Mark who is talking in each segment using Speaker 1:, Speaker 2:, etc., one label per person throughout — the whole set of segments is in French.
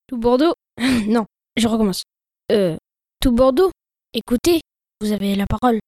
Speaker 1: Tout Bordeaux. Non, je recommence. Tout Bordeaux. Écoutez, vous avez la parole.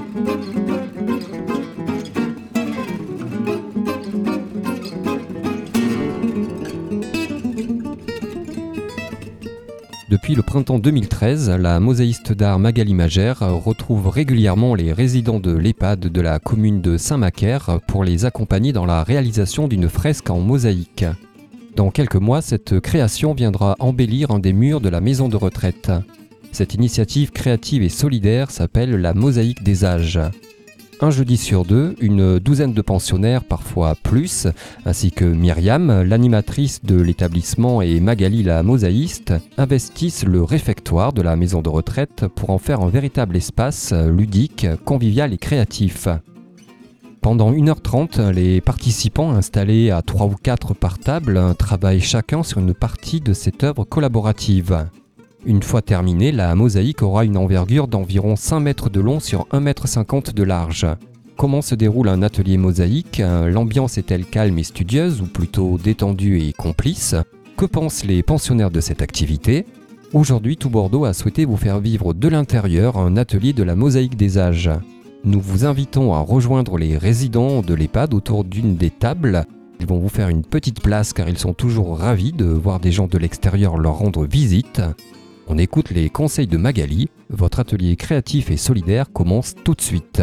Speaker 2: Depuis le printemps 2013, la mosaïste d'art Magali Magère retrouve régulièrement les résidents de l'EHPAD de la commune de Saint-Macaire pour les accompagner dans la réalisation d'une fresque en mosaïque. Dans quelques mois, cette création viendra embellir un des murs de la maison de retraite. Cette initiative créative et solidaire s'appelle la Mosaïque des âges. Un jeudi sur deux, une douzaine de pensionnaires, parfois plus, ainsi que Myriam, l'animatrice de l'établissement, et Magali, la mosaïste, investissent le réfectoire de la maison de retraite pour en faire un véritable espace ludique, convivial et créatif. Pendant 1h30, les participants installés à 3 ou 4 par table travaillent chacun sur une partie de cette œuvre collaborative. Une fois terminée, la mosaïque aura une envergure d'environ 5 mètres de long sur 1,50 m de large. Comment se déroule un atelier mosaïque ? L'ambiance est-elle calme et studieuse ou plutôt détendue et complice ? Que pensent les pensionnaires de cette activité ? Aujourd'hui, Tout Bordeaux a souhaité vous faire vivre de l'intérieur un atelier de la mosaïque des âges. Nous vous invitons à rejoindre les résidents de l'EHPAD autour d'une des tables. Ils vont vous faire une petite place car ils sont toujours ravis de voir des gens de l'extérieur leur rendre visite. On écoute les conseils de Magali. Votre atelier créatif et solidaire commence tout de suite.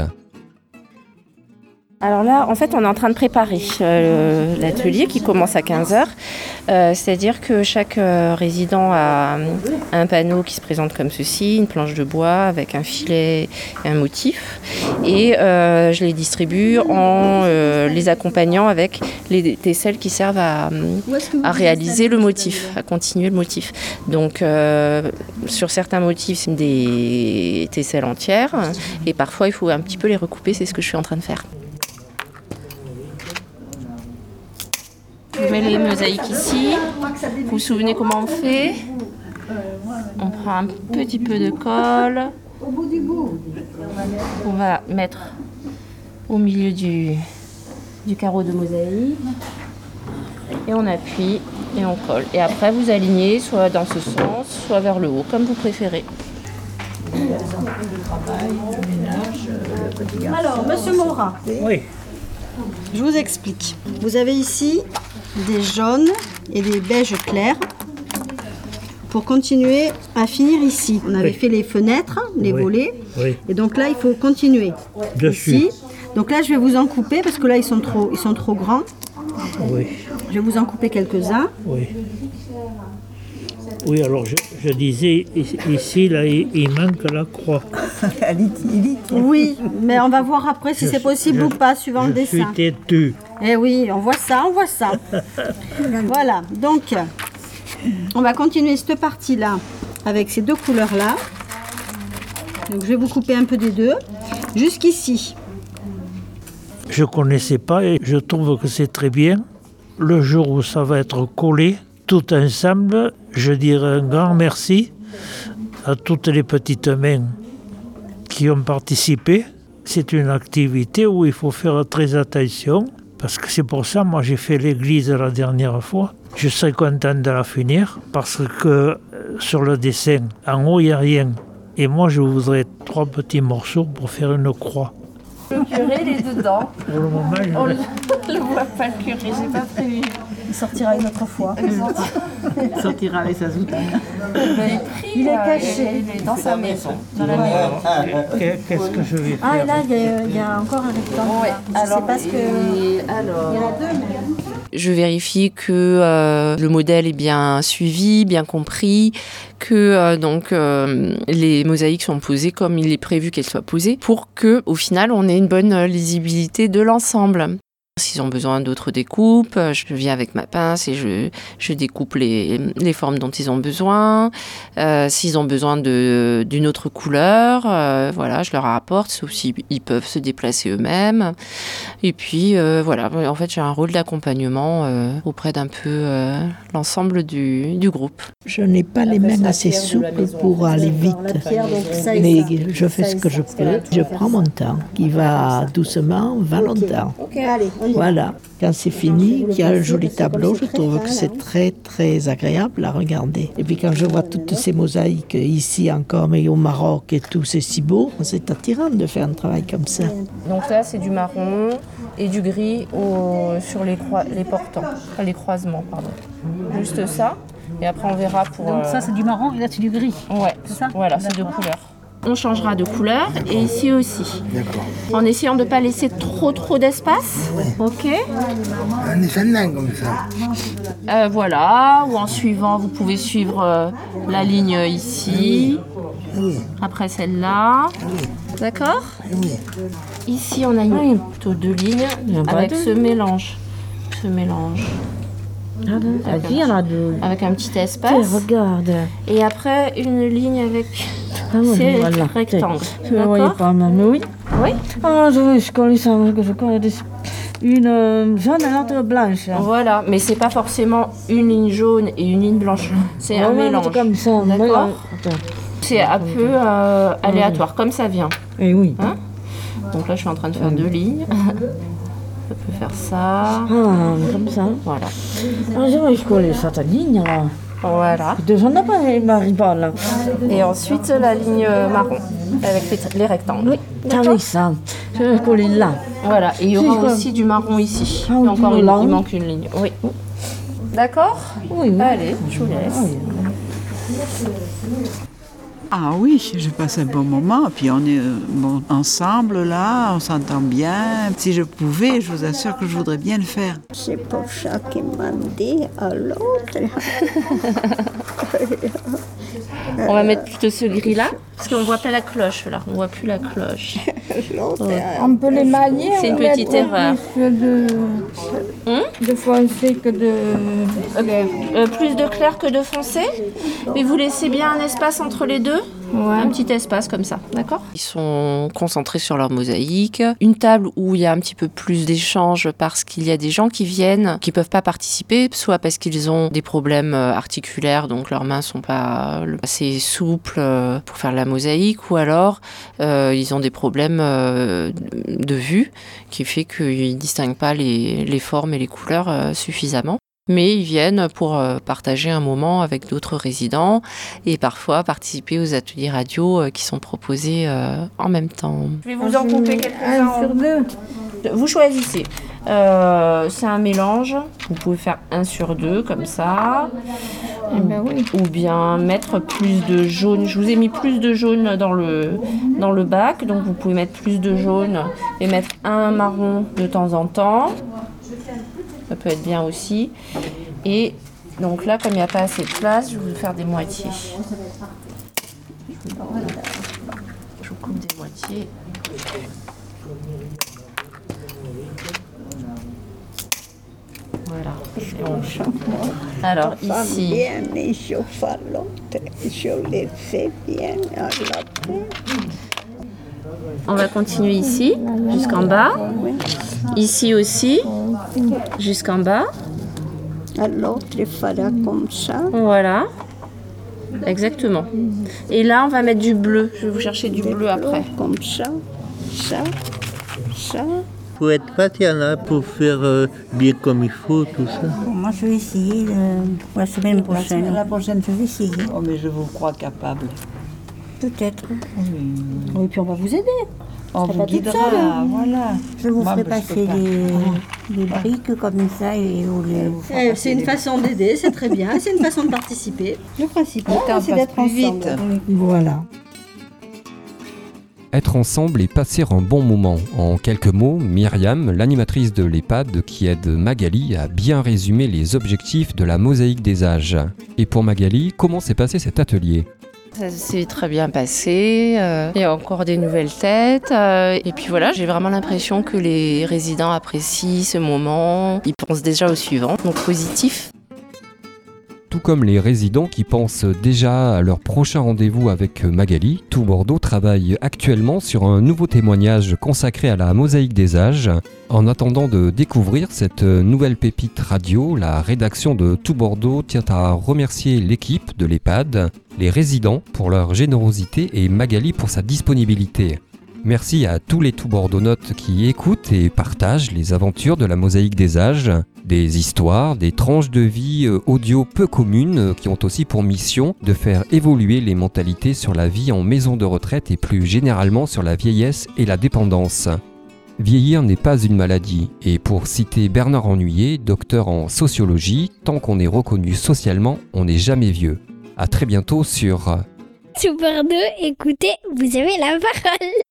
Speaker 3: Alors là, en fait, on est en train de préparer l'atelier qui commence à 15h. C'est-à-dire que chaque résident a un panneau qui se présente comme ceci, une planche de bois avec un filet et un motif. Et je les distribue en les accompagnant avec les tesselles qui servent à réaliser le motif, à continuer le motif. Donc, sur certains motifs, c'est des tesselles entières. Et parfois, il faut un petit peu les recouper. C'est ce que je suis en train de faire. Je mets les mosaïques ici. Vous vous souvenez comment on fait ? On prend un petit peu de colle. On va mettre au milieu du carreau de mosaïque. Et on appuie et on colle. Et après, vous alignez soit dans ce sens, soit vers le haut, comme vous préférez.
Speaker 4: Alors, Monsieur Morat.
Speaker 5: Oui.
Speaker 4: Je vous explique. Vous avez ici des jaunes et des beiges clairs pour continuer à finir ici. On avait fait les fenêtres, les volets.
Speaker 5: Oui.
Speaker 4: Et donc là, il faut continuer. Ici. Donc là, je vais vous en couper parce que là, ils sont trop grands.
Speaker 5: Oui.
Speaker 4: Je vais vous en couper quelques-uns.
Speaker 5: Oui. Oui, alors je disais, ici, là, il manque la croix.
Speaker 4: Oui, mais on va voir après si c'est possible ou pas, suivant le dessin.
Speaker 5: Je suis têtu.
Speaker 4: Eh oui, on voit ça. Voilà, donc, on va continuer cette partie-là avec ces deux couleurs-là. Donc, je vais vous couper un peu des deux, jusqu'ici.
Speaker 5: Je ne connaissais pas et je trouve que c'est très bien. Le jour où ça va être collé, tout ensemble, je dirais un grand merci à toutes les petites mains qui ont participé. C'est une activité où il faut faire très attention, parce que c'est pour ça, moi j'ai fait l'église la dernière fois. Je serais content de la finir, parce que sur le dessin, en haut il n'y a rien. Et moi je voudrais 3 petits morceaux pour faire une croix.
Speaker 3: Le curé, il est dedans.
Speaker 5: Pour le moment,
Speaker 3: On ne voit pas le curé, j'ai pas prévu.
Speaker 4: Il sortira une autre fois.
Speaker 6: Il sortira avec sa soutane.
Speaker 4: Il est caché.
Speaker 3: Il est dans sa maison, dans la maison.
Speaker 5: Qu'est-ce que je vais faire?
Speaker 4: Ah, et là, il y a encore un rectangle.
Speaker 3: Ouais.
Speaker 4: Je sais pas ce que... Il y en a deux, mais...
Speaker 3: Je vérifie que le modèle est bien suivi, bien compris, que les mosaïques sont posées comme il est prévu qu'elles soient posées, pour que, au final, on ait une bonne lisibilité de l'ensemble. S'ils ont besoin d'autres découpes, je viens avec ma pince et je découpe les formes dont ils ont besoin. S'ils ont besoin d'une autre couleur, voilà, je leur apporte, sauf s'ils peuvent se déplacer eux-mêmes. Et puis, voilà, en fait, j'ai un rôle d'accompagnement auprès d'un peu l'ensemble du groupe.
Speaker 7: Je n'ai pas les mains assez souples pour aller vite, mais je fais ce que je peux. Je prends mon temps, qui va doucement, va longtemps. Voilà. Quand c'est fini, qu'il y a un joli tableau, je trouve que c'est très très agréable à regarder. Et puis quand je vois toutes ces mosaïques ici encore, mais au Maroc et tout, c'est si beau, c'est attirant de faire un travail comme ça.
Speaker 3: Donc là, c'est du marron et du gris sur les portants, les croisements, pardon. Juste ça. Et après, on verra pour...
Speaker 6: Donc ça, c'est du marron et là, c'est du gris.
Speaker 3: Ouais,
Speaker 6: c'est ça.
Speaker 3: Voilà, c'est deux couleurs. On changera de couleur et ici aussi. D'accord. En essayant de ne pas laisser trop d'espace. Ouais. Ok.
Speaker 8: Un descendant comme ça.
Speaker 3: Voilà, ou en suivant, vous pouvez suivre la ligne ici. Oui. Après celle-là. Oui. D'accord. Oui. Ici, on a plutôt deux lignes avec ce mélange. Avec un petit espace.
Speaker 9: Regarde.
Speaker 3: Et après, une ligne avec ces rectangles.
Speaker 9: Je ne voyais pas maintenant, oui.
Speaker 3: Oui.
Speaker 9: Ah, je connais ça, je connais une jaune et l'autre blanche.
Speaker 3: Voilà, mais c'est pas forcément une ligne jaune et une ligne blanche. C'est un mélange.
Speaker 9: Comme ça,
Speaker 3: d'accord. C'est un peu aléatoire, comme ça vient.
Speaker 9: Et oui.
Speaker 3: Hein? Donc là, je suis en train de faire deux lignes. On peut faire ça.
Speaker 9: Ah, comme ça.
Speaker 3: Voilà.
Speaker 9: Ah, je connais cette ligne là.
Speaker 3: Voilà.
Speaker 9: Déjà, on n'a pas les maribas là.
Speaker 3: Et ensuite, la ligne marron avec les rectangles.
Speaker 9: Oui, avec ça. Je vais coller là.
Speaker 3: Voilà. Et il y aura aussi du marron ici.
Speaker 9: Ah,
Speaker 3: et encore il manque une ligne. Oui. D'accord ?
Speaker 9: Oui.
Speaker 3: Allez, je vous laisse.
Speaker 9: Oui.
Speaker 6: Ah oui, je passe un bon moment. Puis on est ensemble là, on s'entend bien. Si je pouvais, je vous assure que je voudrais bien le faire.
Speaker 4: C'est pour ça qu'il m'a dit à l'autre.
Speaker 3: On va mettre plutôt ce gris-là, parce qu'on ne voit pas la cloche là. On ne voit plus la cloche.
Speaker 9: On peut les manier.
Speaker 3: C'est une petite erreur.
Speaker 9: De foncé que de...
Speaker 3: plus de clair que de foncé. Mais vous laissez bien un espace entre les deux. Ouais. Un petit espace comme ça, d'accord ? Ils sont concentrés sur leur mosaïque. Une table où il y a un petit peu plus d'échanges parce qu'il y a des gens qui viennent, qui ne peuvent pas participer, soit parce qu'ils ont des problèmes articulaires, donc leurs mains ne sont pas assez souples pour faire la mosaïque, ou alors ils ont des problèmes de vue qui fait qu'ils ne distinguent pas les formes et les couleurs suffisamment. Mais ils viennent pour partager un moment avec d'autres résidents et parfois participer aux ateliers radio qui sont proposés en même temps. Je vais vous en couper quelques-uns.
Speaker 9: Sur deux.
Speaker 3: Vous choisissez. C'est un mélange. Vous pouvez faire 1 sur 2 comme ça. Ou bien mettre plus de jaune. Je vous ai mis plus de jaune dans le bac. Donc vous pouvez mettre plus de jaune et mettre un marron de temps en temps. Ça peut être bien aussi. Et donc là, comme il n'y a pas assez de place, je vais vous faire des moitiés. Je vous coupe des moitiés. Voilà. Alors ici.
Speaker 4: Bien, et je fais l'autre. Je les fais bien à l'autre.
Speaker 3: On va continuer ici, jusqu'en bas. Ici aussi, jusqu'en bas.
Speaker 4: L'autre, il fera comme ça.
Speaker 3: Voilà. Exactement. Et là, on va mettre du bleu. Je vais vous chercher du bleu après.
Speaker 4: Comme ça, ça.
Speaker 10: Il faut être patient pour faire bien comme il faut, tout ça.
Speaker 11: Moi, je vais essayer la semaine prochaine.
Speaker 6: La prochaine, je vais essayer. Oh, mais je vous crois capable.
Speaker 11: Peut-être.
Speaker 4: Oui, puis on va vous aider.
Speaker 6: On vous guidera, voilà.
Speaker 11: Je vous ferai passer des briques comme ça et vous les...
Speaker 4: C'est une façon d'aider, c'est très bien. C'est une façon de participer. Le principal, c'est d'être ensemble.
Speaker 7: Voilà.
Speaker 2: Être ensemble et passer un bon moment. En quelques mots, Myriam, l'animatrice de l'EHPAD, qui aide Magali à bien résumer les objectifs de la mosaïque des âges. Et pour Magali, comment s'est passé cet atelier ?
Speaker 3: Ça s'est très bien passé, il y a encore des nouvelles têtes, et puis voilà, j'ai vraiment l'impression que les résidents apprécient ce moment, ils pensent déjà au suivant, donc positif.
Speaker 2: Tout comme les résidents qui pensent déjà à leur prochain rendez-vous avec Magali, Tout Bordeaux travaille actuellement sur un nouveau témoignage consacré à la mosaïque des âges. En attendant de découvrir cette nouvelle pépite radio, la rédaction de Tout Bordeaux tient à remercier l'équipe de l'EHPAD, les résidents pour leur générosité et Magali pour sa disponibilité. Merci à tous les Tout Bordeauxnautes qui écoutent et partagent les aventures de la mosaïque des âges, des histoires, des tranches de vie audio peu communes qui ont aussi pour mission de faire évoluer les mentalités sur la vie en maison de retraite et plus généralement sur la vieillesse et la dépendance. Vieillir n'est pas une maladie, et pour citer Bernard Ennuyé, docteur en sociologie, tant qu'on est reconnu socialement, on n'est jamais vieux. À très bientôt sur
Speaker 1: Tout Bordeaux, écoutez, vous avez la parole.